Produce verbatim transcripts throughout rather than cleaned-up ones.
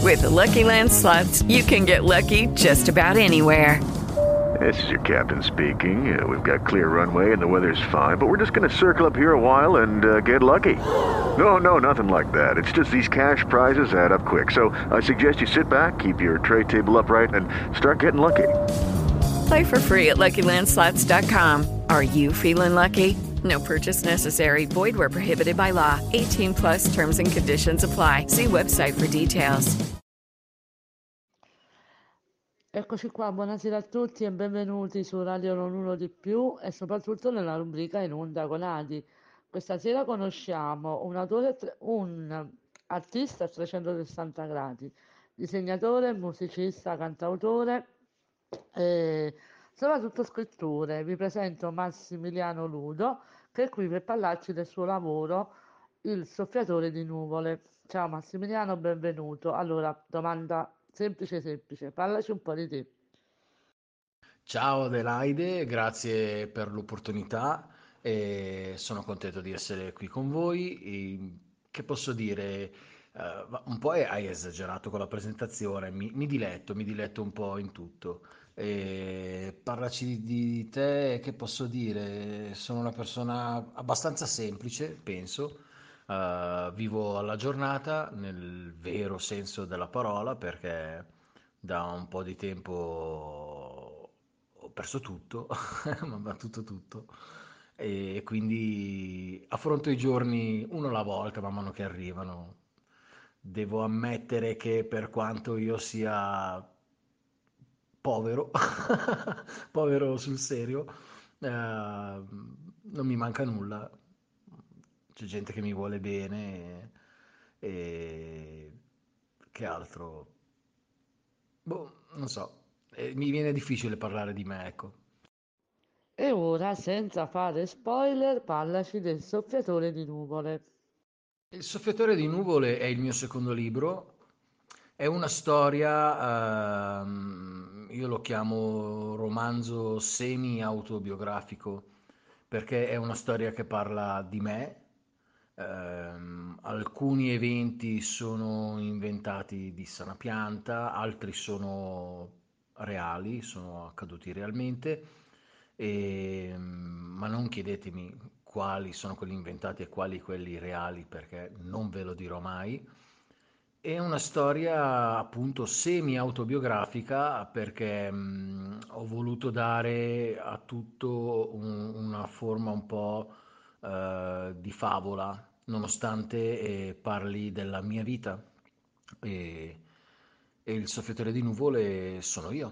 With the Lucky Land Slots, you can get lucky just about anywhere. This is your captain speaking. Uh, we've got clear runway and the weather's fine, but we're just going to circle up here a while and uh, get lucky. No, no, nothing like that. It's just these cash prizes add up quick. So I suggest you sit back, keep your tray table upright, and start getting lucky. Play for free at Lucky Land Slots dot com. Are you feeling lucky? No purchase necessary. Void where prohibited by law. eighteen plus terms and conditions apply. See website for details. Eccoci qua, buonasera a tutti e benvenuti su Radio Non Uno di Più e soprattutto nella rubrica In Onda con Adi. Questa sera conosciamo un autore, tre- un artista a trecentosessanta gradi, disegnatore, musicista, cantautore e soprattutto scrittore. Vi presento Massimiliano Ludo che è qui per parlarci del suo lavoro, Il soffiatore di nuvole. Ciao Massimiliano, benvenuto. Allora, domanda semplice semplice, parlaci un po' di te. Ciao Adelaide, grazie per l'opportunità e sono contento di essere qui con voi. E che posso dire? Eh, va- un po' hai hai esagerato con la presentazione, mi, mi diletto, mi diletto un po' in tutto. E parlaci di, di te, che posso dire? Sono una persona abbastanza semplice, penso. Eh, vivo alla giornata nel vero senso della parola perché da un po' di tempo ho perso tutto, mi ha battuto tutto e quindi affronto i giorni uno alla volta man mano che arrivano. Devo ammettere che per quanto io sia povero, povero sul serio, eh, non mi manca nulla. C'è gente che mi vuole bene e, e che altro? Boh, non so, eh, mi viene difficile parlare di me, ecco. E ora, senza fare spoiler, parlaci del soffiatore di nuvole. Il soffiatore di nuvole è il mio secondo libro, è una storia, ehm, io lo chiamo romanzo semi-autobiografico, perché è una storia che parla di me. Ehm, alcuni eventi sono inventati di sana pianta, altri sono reali, sono accaduti realmente, e, ma non chiedetemi quali sono quelli inventati e quali quelli reali perché non ve lo dirò mai. È una storia appunto semi-autobiografica perché mh, ho voluto dare a tutto un- una forma un po' eh, di favola, nonostante eh, parli della mia vita. E, e il soffiatore di nuvole sono io.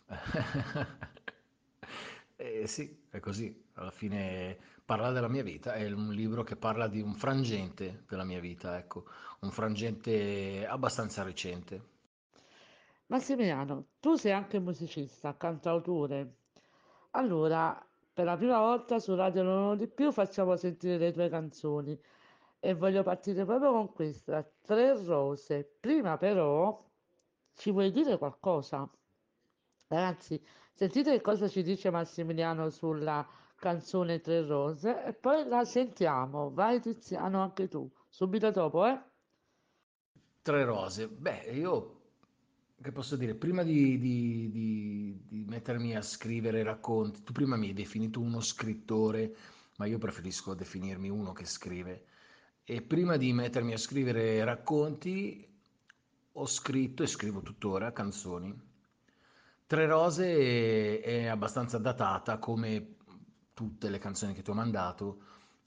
Eh, sì, è così. Alla fine parla della mia vita. È un libro che parla di un frangente della mia vita, ecco, un frangente abbastanza recente. Massimiliano, tu sei anche musicista, cantautore. Allora, per la prima volta su Radio Non Uno di Più facciamo sentire le tue canzoni e voglio partire proprio con questa, Tre Rose. Prima però ci vuoi dire qualcosa? Ragazzi, sentite che cosa ci dice Massimiliano sulla canzone Tre Rose e poi la sentiamo. Vai Tiziano, anche tu. Subito dopo, eh? Tre rose. Beh, io che posso dire? Prima di, di- di- di mettermi a scrivere racconti, tu prima mi hai definito uno scrittore, ma io preferisco definirmi uno che scrive. E prima di mettermi a scrivere racconti, ho scritto e scrivo tuttora canzoni. Tre Rose è abbastanza datata come tutte le canzoni che ti ho mandato.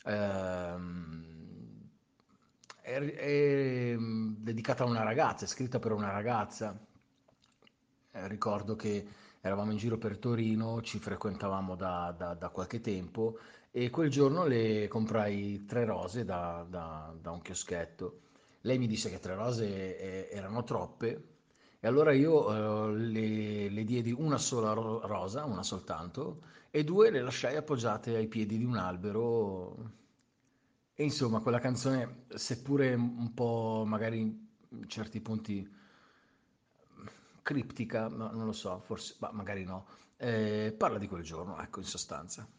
Ehm, è, è, mm, dedicata a una ragazza, è scritta per una ragazza. Eh, ricordo che eravamo in giro per Torino, ci frequentavamo da, da- da qualche tempo e quel giorno le comprai tre rose da, da- da un chioschetto. Lei mi disse che tre rose eh, erano troppe e allora io eh, le, le diedi una sola ro- rosa, una soltanto, e due le lasciai appoggiate ai piedi di un albero. E insomma, quella canzone, seppure un po' magari in certi punti criptica, ma non lo so, forse, ma magari no, eh, parla di quel giorno, ecco, in sostanza.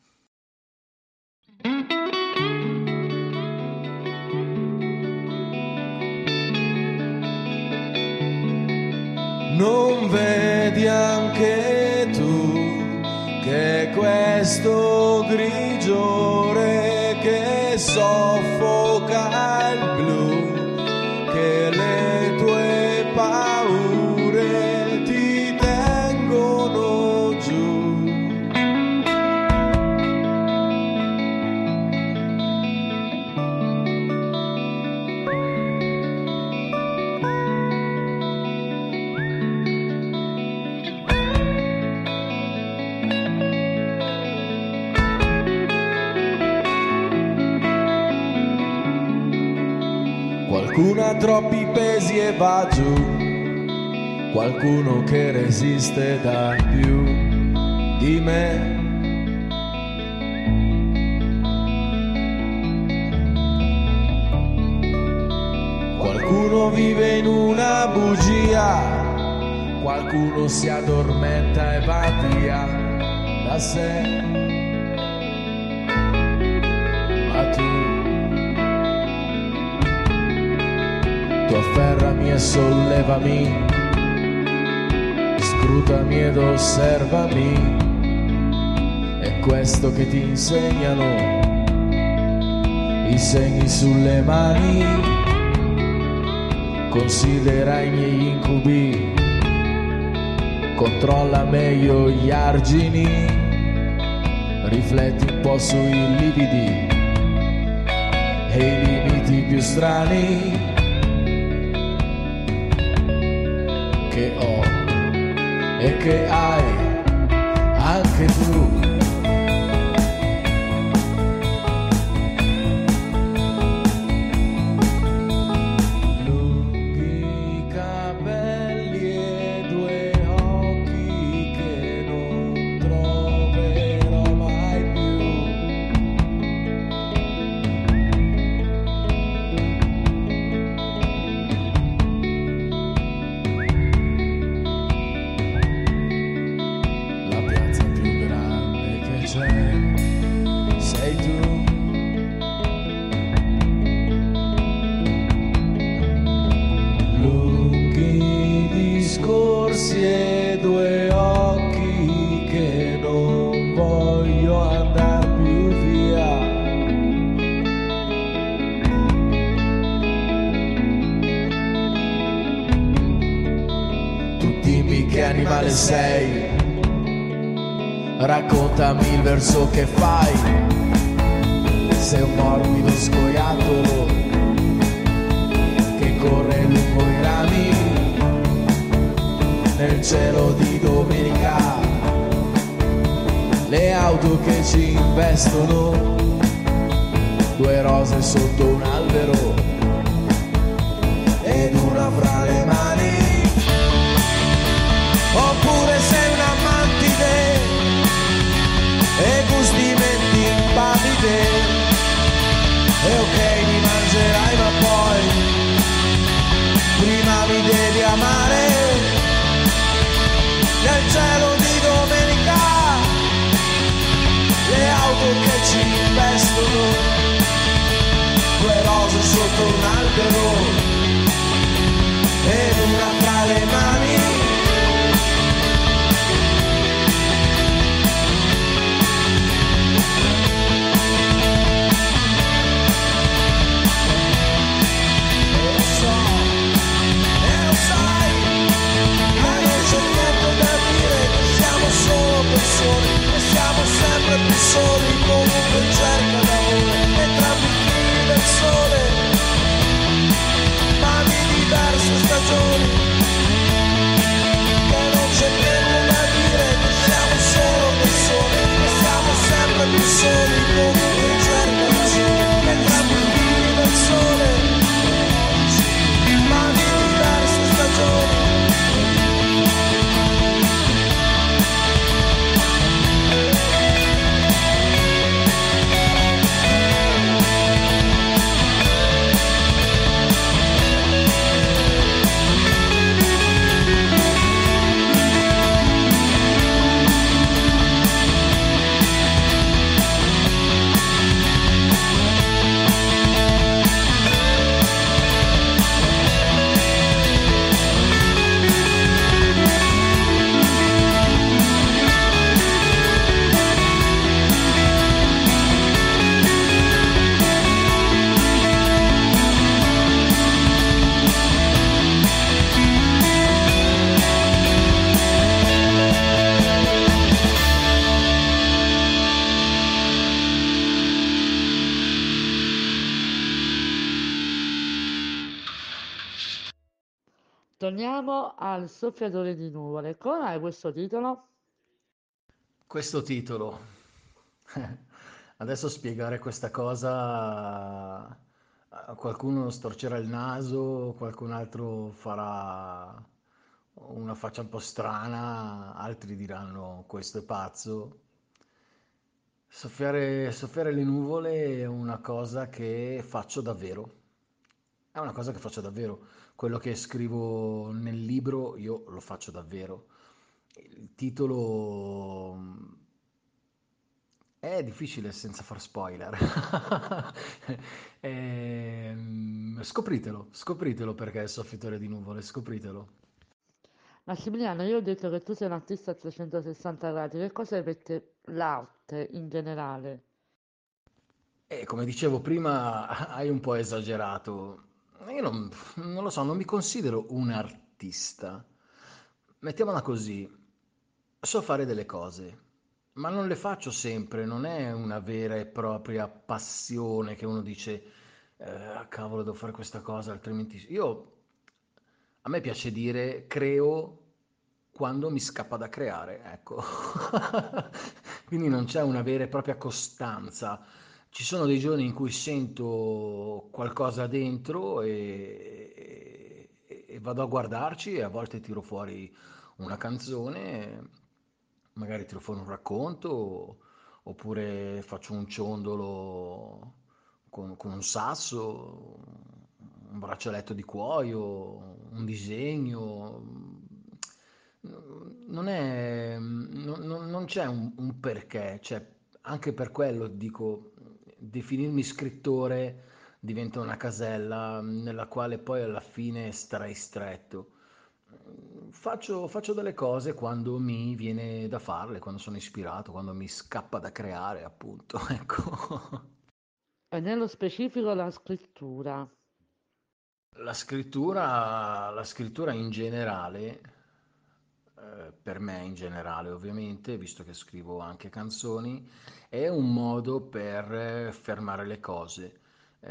Non vedi anche tu che questo grigiore che soffoca il blu, che le tue paure ti tengono giù. Qualcuno ha troppi pesi e va giù, qualcuno che resiste da più di me. Qualcuno vive in una bugia, qualcuno si addormenta e va via da sé. Ma tu Tu afferrami e sollevami, scrutami ed osservami, è questo che ti insegnano i segni sulle mani. Considera i miei incubi, controlla meglio gli argini, rifletti un po' sui lividi e i limiti più strani che ho e che hai anche tu. Lunghi capelli e due occhi che non troverò mai più. Sei tu. Lunghi discorsi e due occhi che non voglio andar più via. Tu dimmi che animale sei, raccontami il verso che fai. Sei un morbido scoiattolo che corre lungo i rami nel cielo di domenica. Le auto che ci investono, due rose sotto un albero ed una fra le mani. Oppure sei una mantide e gusti menti impavide, e ok mi mangerai ma poi prima mi devi amare. Nel cielo di domenica, le auto che ci investono, due rose sotto un albero ed una fra le mani. Solo persone e siamo sempre più soli, comunque in cerca d'amore, entrambi figli del sole, ma di diverse stagioni, che non c'è niente da dire, che siamo solo persone e siamo sempre più soli, comunque in cerca d'amore, entrambi figli del sole, ma di diverse stagioni. Torniamo al soffiatore di nuvole. Come hai questo titolo? Questo titolo, adesso spiegare questa cosa, a qualcuno storcerà il naso, qualcun altro farà una faccia un po' strana, altri diranno questo è pazzo. Soffiare, soffiare le nuvole è una cosa che faccio davvero. È una cosa che faccio davvero. Quello che scrivo nel libro io lo faccio davvero. Il titolo mm, è difficile senza far spoiler. Ehm, scopritelo, scopritelo perché è il soffiatore di nuvole, scopritelo. Massimiliano, io ho detto che tu sei un artista a trecentosessanta gradi. Che cos'è per te l'arte in generale? E come dicevo prima, hai un po' esagerato. Io non, non lo so, non mi considero un artista. Mettiamola così, so fare delle cose, ma non le faccio sempre, non è una vera e propria passione che uno dice, eh, cavolo, devo fare questa cosa, altrimenti... Io, a me piace dire, creo quando mi scappa da creare, ecco. Quindi non c'è una vera e propria costanza. Ci sono dei giorni in cui sento qualcosa dentro e, e- e vado a guardarci e a volte tiro fuori una canzone, magari tiro fuori un racconto, oppure faccio un ciondolo con, con un sasso, un braccialetto di cuoio, un disegno. Non è, non, non- non c'è un, un perché, cioè, anche per quello dico, definirmi scrittore diventa una casella nella quale poi alla fine starai stretto. Faccio, faccio delle cose quando mi viene da farle, quando sono ispirato, quando mi scappa da creare, appunto, ecco. E nello specifico la scrittura. La scrittura, la scrittura in generale, eh, per me in generale ovviamente, visto che scrivo anche canzoni, è un modo per eh, fermare le cose.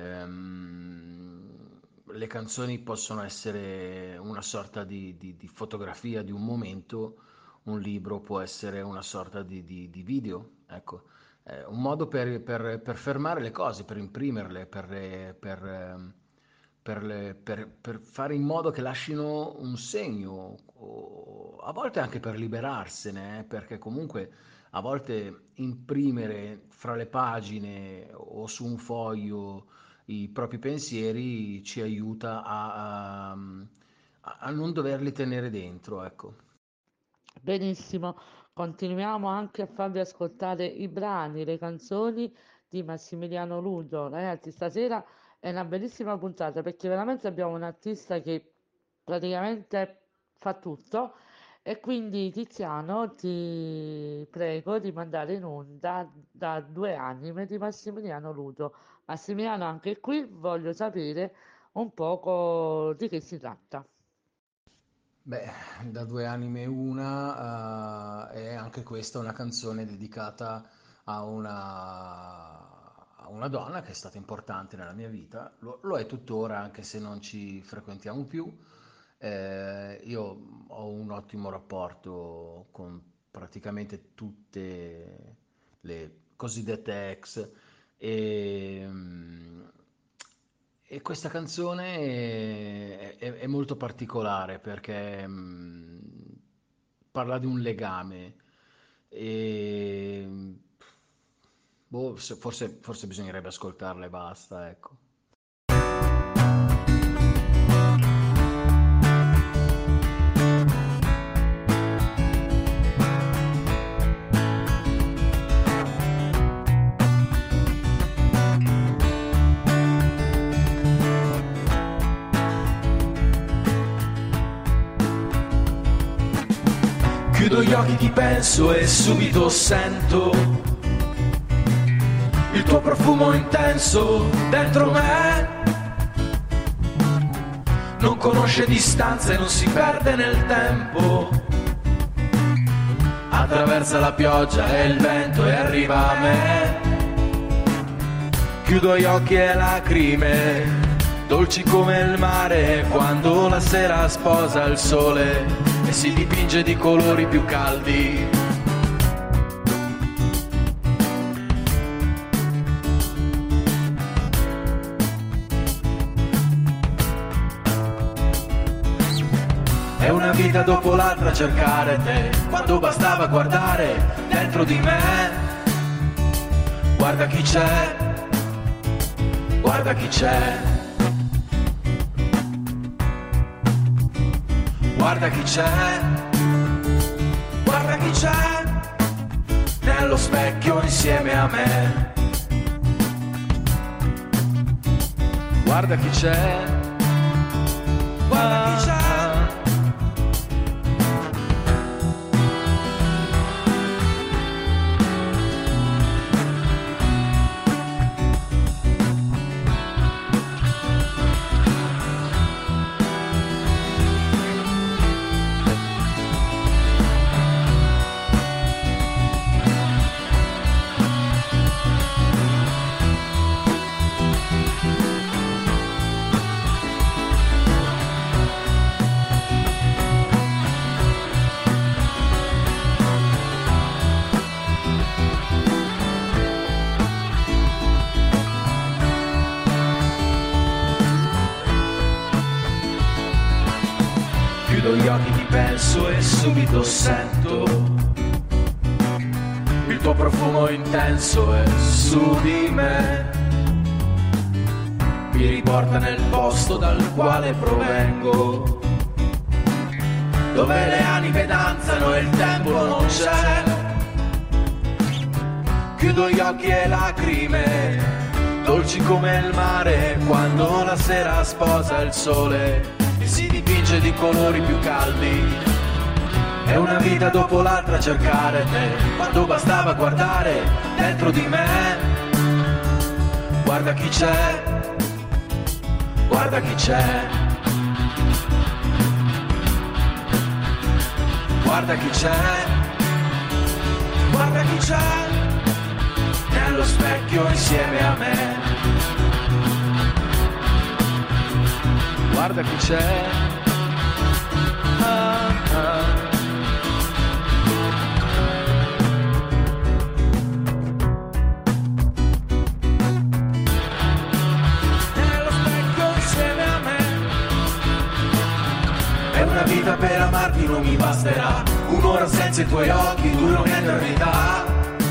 Ehm, le canzoni possono essere una sorta di, di- di fotografia di un momento, un libro può essere una sorta di, di- di video, ecco. Eh, un modo per, per- per fermare le cose, per imprimerle, per, per, ehm, per le- per- per fare in modo che lasciino un segno, o a volte anche per liberarsene, eh, perché comunque a volte imprimere fra le pagine o su un foglio i propri pensieri ci aiuta a, a- a non doverli tenere dentro, ecco. Benissimo, continuiamo anche a farvi ascoltare i brani, le canzoni di Massimiliano Ludo. Ragazzi, stasera è una bellissima puntata perché veramente abbiamo un artista che praticamente fa tutto e quindi Tiziano ti prego di mandare in onda da due anime di Massimiliano Ludo. Massimiliano, anche qui voglio sapere un poco di che si tratta. Beh, da due anime una, eh, è anche questa una canzone dedicata a una, a una donna che è stata importante nella mia vita, lo, lo è tuttora anche se non ci frequentiamo più. Eh, io ho un ottimo rapporto con praticamente tutte le cosiddette ex e, mm, e questa canzone è, è- è molto particolare perché mm, parla di un legame e boh, se- forse, forse bisognerebbe ascoltarla e basta, ecco. Chiudo gli occhi, ti penso e subito sento il tuo profumo intenso dentro me. Non conosce distanze, non si perde nel tempo. Attraversa la pioggia e il vento e arriva a me. Chiudo gli occhi e lacrime dolci come il mare quando la sera sposa il sole e si dipinge di colori più caldi. È una vita dopo l'altra cercare te, quando bastava guardare dentro di me. Guarda chi c'è, guarda chi c'è. Guarda chi c'è, guarda chi c'è, nello specchio insieme a me. Guarda chi c'è, guarda chi c'è. Gli occhi ti penso e subito sento il tuo profumo intenso e su di me mi riporta nel posto dal quale provengo, dove le anime danzano e il tempo non c'è. Chiudo gli occhi e lacrime dolci come il mare quando la sera sposa il sole e si dipinge di colori più caldi. È una vita dopo l'altra cercare te, quando bastava guardare dentro di me. Guarda chi c'è, guarda chi c'è. Guarda chi c'è, guarda chi c'è, nello specchio insieme a me. Guarda chi c'è, ah, ah. Nello specchio insieme a me. È una vita per amarti non mi basterà, un'ora senza i tuoi occhi dura un'eternità.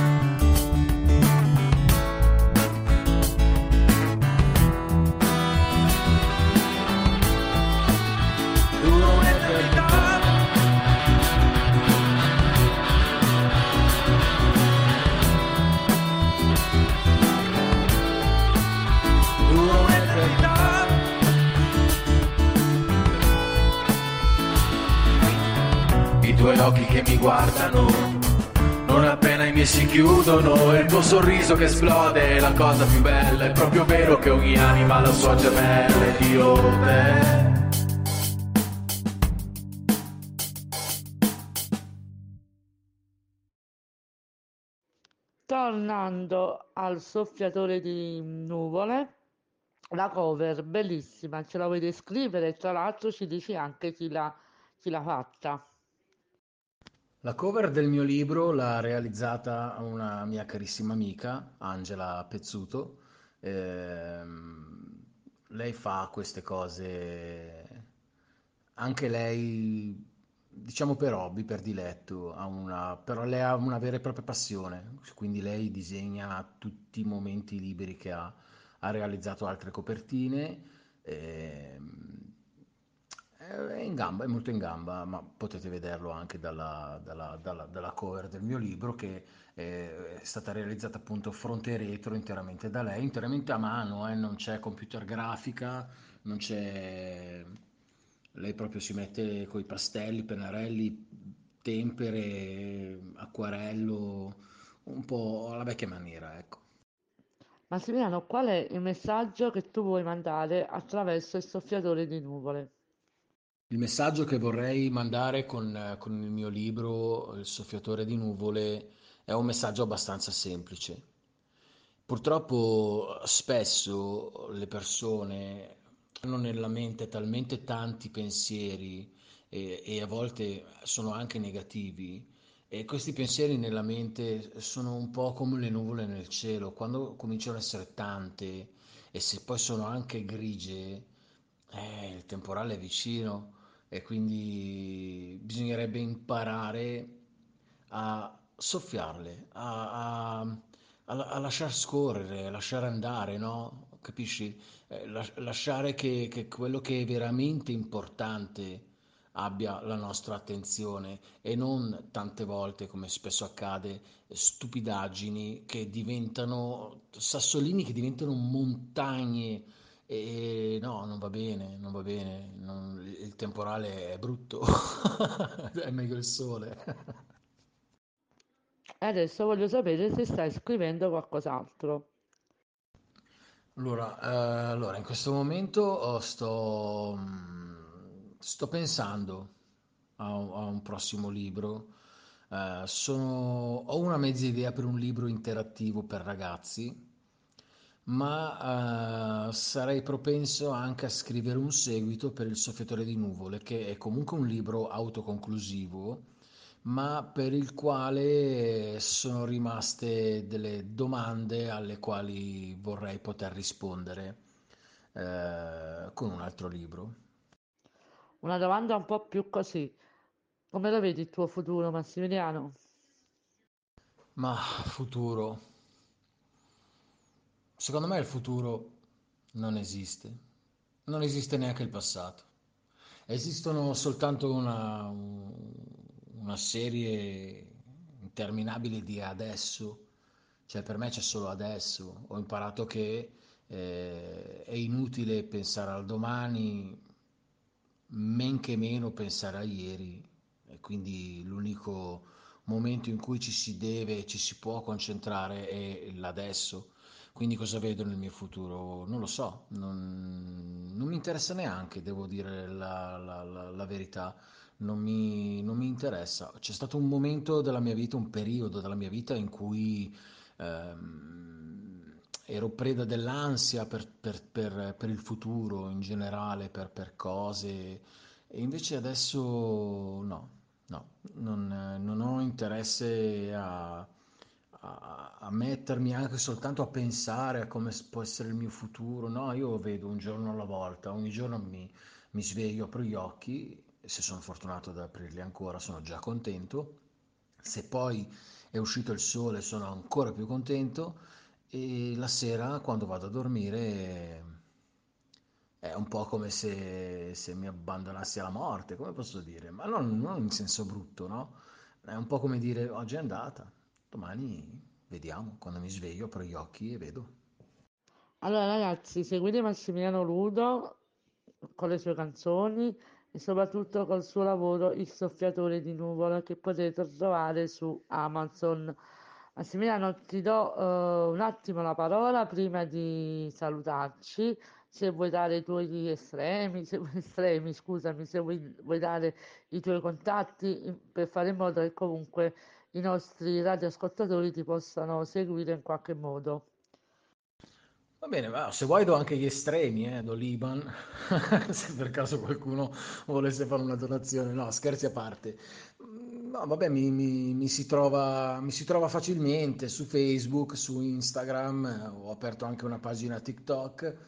I tuoi occhi che mi guardano, non appena i miei si chiudono, e il tuo sorriso che esplode è la cosa più bella. È proprio vero che ogni anima ha la sua gemella ed io te. Tornando al soffiatore di nuvole, la cover bellissima, ce la vuoi descrivere? Tra l'altro ci dici anche chi l'ha chi l'ha fatta. La cover del mio libro l'ha realizzata una mia carissima amica, Angela Pezzuto. Ehm, lei fa queste cose, anche lei, diciamo per hobby, per diletto, ha una, però lei ha una vera e propria passione, quindi lei disegna tutti i momenti liberi che ha, ha realizzato altre copertine. ehm, è in gamba, è molto in gamba, ma potete vederlo anche dalla, dalla- dalla- dalla cover del mio libro, che eh, è stata realizzata appunto fronte e retro interamente da lei, interamente a mano, eh, non c'è computer grafica, non c'è. Lei proprio si mette coi pastelli, pennarelli, tempere, acquarello, un po' alla vecchia maniera, ecco. Massimiliano, qual è il messaggio che tu vuoi mandare attraverso il soffiatore di nuvole? Il messaggio che vorrei mandare con, con il mio libro, Il soffiatore di nuvole, è un messaggio abbastanza semplice. Purtroppo spesso le persone hanno nella mente talmente tanti pensieri e, e a volte sono anche negativi, e questi pensieri nella mente sono un po' come le nuvole nel cielo, quando cominciano ad essere tante e se poi sono anche grigie, eh, il temporale è vicino e quindi bisognerebbe imparare a soffiarle, a, a, a, a lasciar scorrere, a lasciare andare, no? Capisci? Eh, las- lasciare che, che quello che è veramente importante abbia la nostra attenzione e non tante volte, come spesso accade, stupidaggini che diventano sassolini che diventano montagne e no, non va bene, non va bene, non- il temporale è brutto, è meglio il sole. E adesso voglio sapere se stai scrivendo qualcos'altro. Allora, eh, allora, in questo momento oh, sto, mm, sto pensando a un, a un prossimo libro. Eh, sono- ho una mezza idea per un libro interattivo per ragazzi, ma eh, sarei propenso anche a scrivere un seguito per Il soffiatore di nuvole, che è comunque un libro autoconclusivo, ma per il quale sono rimaste delle domande alle quali vorrei poter rispondere eh, con un altro libro. Una domanda un po' più così. Come lo vedi il tuo futuro, Massimiliano? Ma futuro, secondo me il futuro non esiste, non esiste neanche il passato. Esistono soltanto una, una serie interminabile di adesso, cioè per me c'è solo adesso. Ho imparato che eh, è inutile pensare al domani, men che meno pensare a ieri, e quindi l'unico momento in cui ci si deve, ci si può concentrare è l'adesso. Quindi cosa vedo nel mio futuro? Non lo so, non, non mi interessa neanche, devo dire la, la- la- la verità, non mi, non mi interessa. C'è stato un momento della mia vita, un periodo della mia vita in cui ehm, ero preda dell'ansia per, per- per- per il futuro in generale, per, per cose, e invece adesso no, no, non, non ho interesse a, a- a mettermi anche soltanto a pensare a come s- può essere il mio futuro. No, io vedo un giorno alla volta, ogni giorno mi, mi sveglio, apro gli occhi, e se sono fortunato ad aprirli ancora sono già contento. Se poi è uscito il sole sono ancora più contento e la sera quando vado a dormire è un po' come se, se mi abbandonassi alla morte, come posso dire? Ma non, non in senso brutto, no? È un po' come dire oggi è andata, domani vediamo, quando mi sveglio apro gli occhi e vedo. Allora, ragazzi, seguite Massimiliano Ludo con le sue canzoni e soprattutto col suo lavoro Il soffiatore di nuvole che potete trovare su Amazon. Massimiliano, ti do eh, un attimo la parola prima di salutarci. Se vuoi dare i tuoi estremi, se vuoi, estremi, scusami, se vuoi, vuoi dare i tuoi contatti in- per fare in modo che comunque i nostri radioascoltatori ti possano seguire in qualche modo. Va bene, ma se vuoi do anche gli estremi, eh, do l'Iban, se per caso qualcuno volesse fare una donazione. No, scherzi a parte. Mm, No, vabbè, mi, mi- mi si trova, mi si trova facilmente su Facebook, su Instagram, eh, ho aperto anche una pagina TikTok,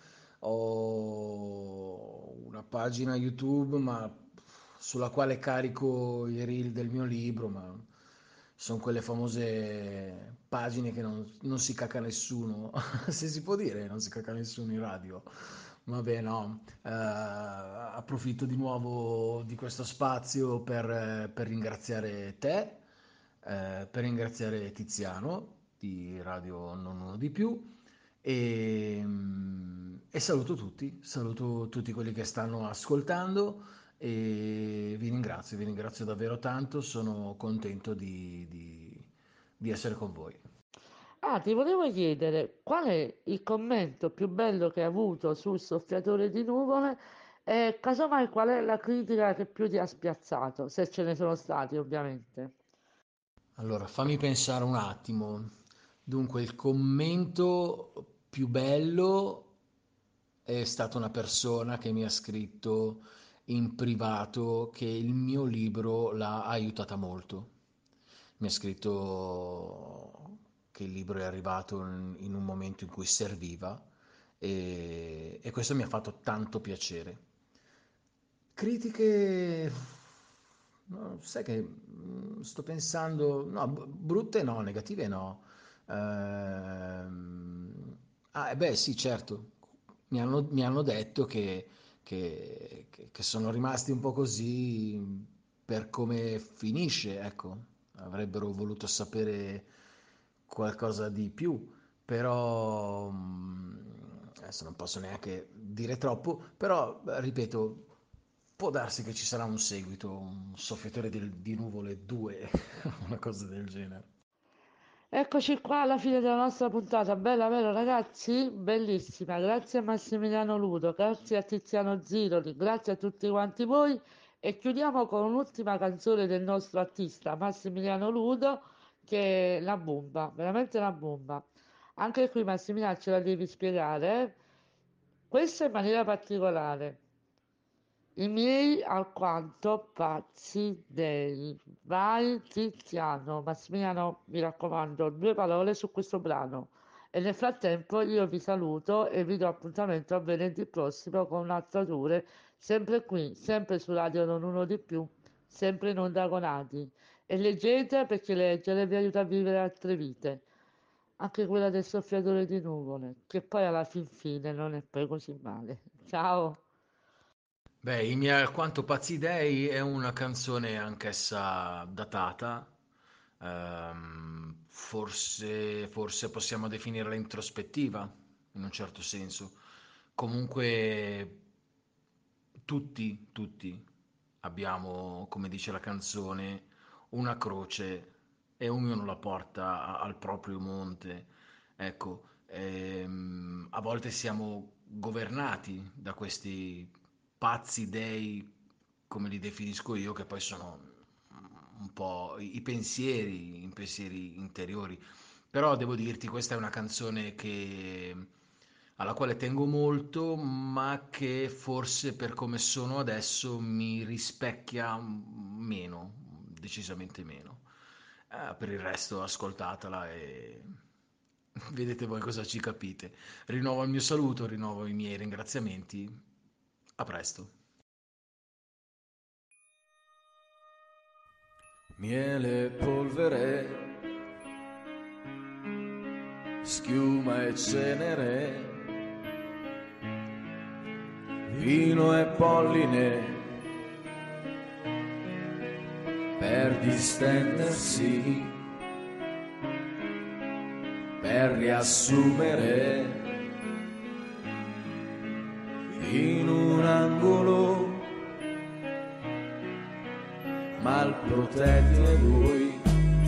ho una pagina YouTube, ma sulla quale carico i reel del mio libro, ma sono quelle famose pagine che non, non si cacca nessuno, se si può dire, non si cacca nessuno in radio. Vabbè, no, eh, approfitto di nuovo di questo spazio per, eh, per ringraziare te, eh, per ringraziare Tiziano di Radio Non Uno di Più e, mm, e saluto tutti, saluto tutti quelli che stanno ascoltando e vi ringrazio, vi ringrazio davvero tanto, sono contento di, di di essere con voi. Ah, ti volevo chiedere qual è il commento più bello che hai avuto sul soffiatore di nuvole e casomai qual è la critica che più ti ha spiazzato, se ce ne sono stati, ovviamente. Allora, fammi pensare un attimo. Dunque, il commento più bello è stata una persona che mi ha scritto in privato che il mio libro l'ha aiutata molto. Mi ha scritto che il libro è arrivato in, in un momento in cui serviva e, e questo mi ha fatto tanto piacere. Critiche, no, sai che mm, sto pensando, no, b- brutte no, negative no. Ehm, ah, eh beh, sì, certo, mi hanno, mi hanno detto che, che- che- che sono rimasti un po' così per come finisce, ecco, avrebbero voluto sapere qualcosa di più, però mm, adesso non posso neanche dire troppo, però ripeto, può darsi che ci sarà un seguito, un soffiatore del- di nuvole due, una cosa del genere. Eccoci qua alla fine della nostra puntata, bella vero ragazzi? Bellissima, grazie a Massimiliano Ludo, grazie a Tiziano Ziroli, grazie a tutti quanti voi e chiudiamo con un'ultima canzone del nostro artista Massimiliano Ludo che è la bomba, veramente la bomba. Anche qui Massimiliano ce la devi spiegare, eh? Questa in maniera particolare. I miei alquanto pazzi dei. Vai Tiziano, Massimiliano, mi raccomando, due parole su questo brano. E nel frattempo io vi saluto e vi do appuntamento a venerdì prossimo con un'altra tour, sempre qui, sempre su Radio Non Uno di Più, sempre in onda con Adi. E leggete perché leggere vi aiuta a vivere altre vite, anche quella del soffiatore di nuvole, che poi alla fin fine non è poi così male. Ciao! Beh, I miei alquanto pazzi dei è una canzone anch'essa datata, ehm, forse, forse possiamo definirla introspettiva, in un certo senso. Comunque tutti, tutti abbiamo, come dice la canzone, una croce e ognuno la porta a- al proprio monte. Ecco, ehm, a volte siamo governati da questi pazzi dei, come li definisco io, che poi sono un po' i i pensieri, i pensieri interiori. Però devo dirti, questa è una canzone che, alla quale tengo molto, ma che forse per come sono adesso mi rispecchia meno, decisamente meno. Eh, per il resto, ascoltatela e vedete voi cosa ci capite. Rinnovo il mio saluto, rinnovo i miei ringraziamenti. A presto. Miele, polvere, schiuma e cenere, vino e polline, per distendersi, per riassumere, in un angolo mal protetti e lui,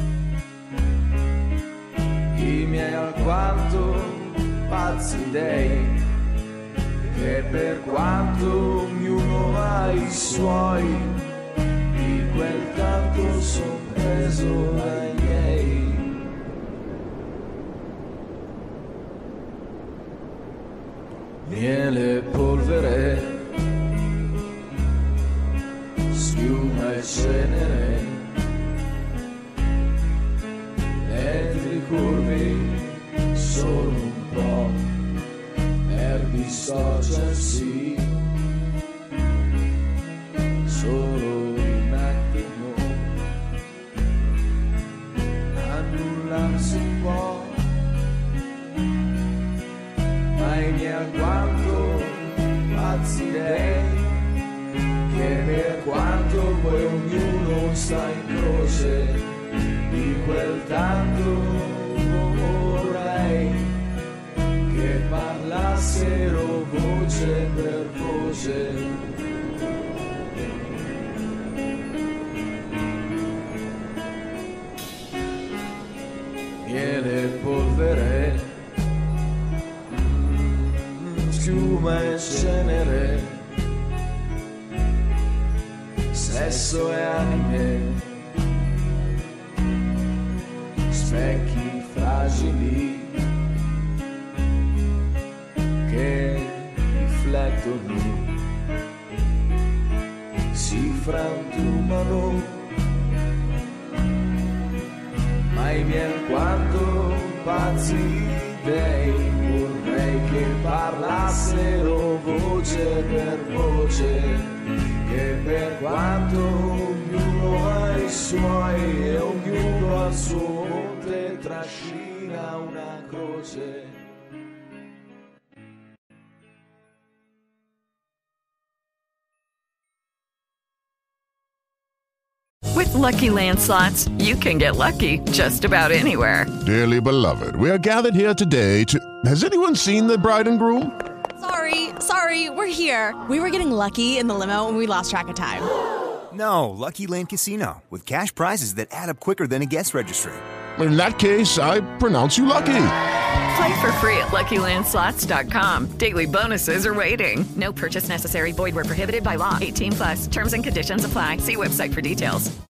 i miei alquanto pazzi dei, che per quanto ognuno ha i suoi, di quel canto son preso ai miei. Miele e polvere, schiuma e cenere, letri curvi, solo un po' per dissociarsi, solo un attimo, annullarsi un po', ma i miei alquanto pazzi dei, che per quanto poi ognuno sta in croce, di quel tanto vorrei che parlassero voce per voce. Miele e polvere, schiuma e cenere, sesso e anime, specchi fragili che i nu si frantumano, ma i miei quanto pazzi dei vorrei che parlassero voce per voce, che per quanto ognuno ha i suoi e ognuno al suo monte trascina una croce. With Lucky Land Slots, you can get lucky just about anywhere. Dearly beloved, we are gathered here today to... Has anyone seen the bride and groom? Sorry, sorry, we're here. We were getting lucky in the limo and we lost track of time. No, Lucky Land Casino, with cash prizes that add up quicker than a guest registry. In that case, I pronounce you lucky. Play for free at Lucky Land Slots dot com. Daily bonuses are waiting. No purchase necessary. Void where prohibited by law. eighteen plus. Terms and conditions apply. See website for details.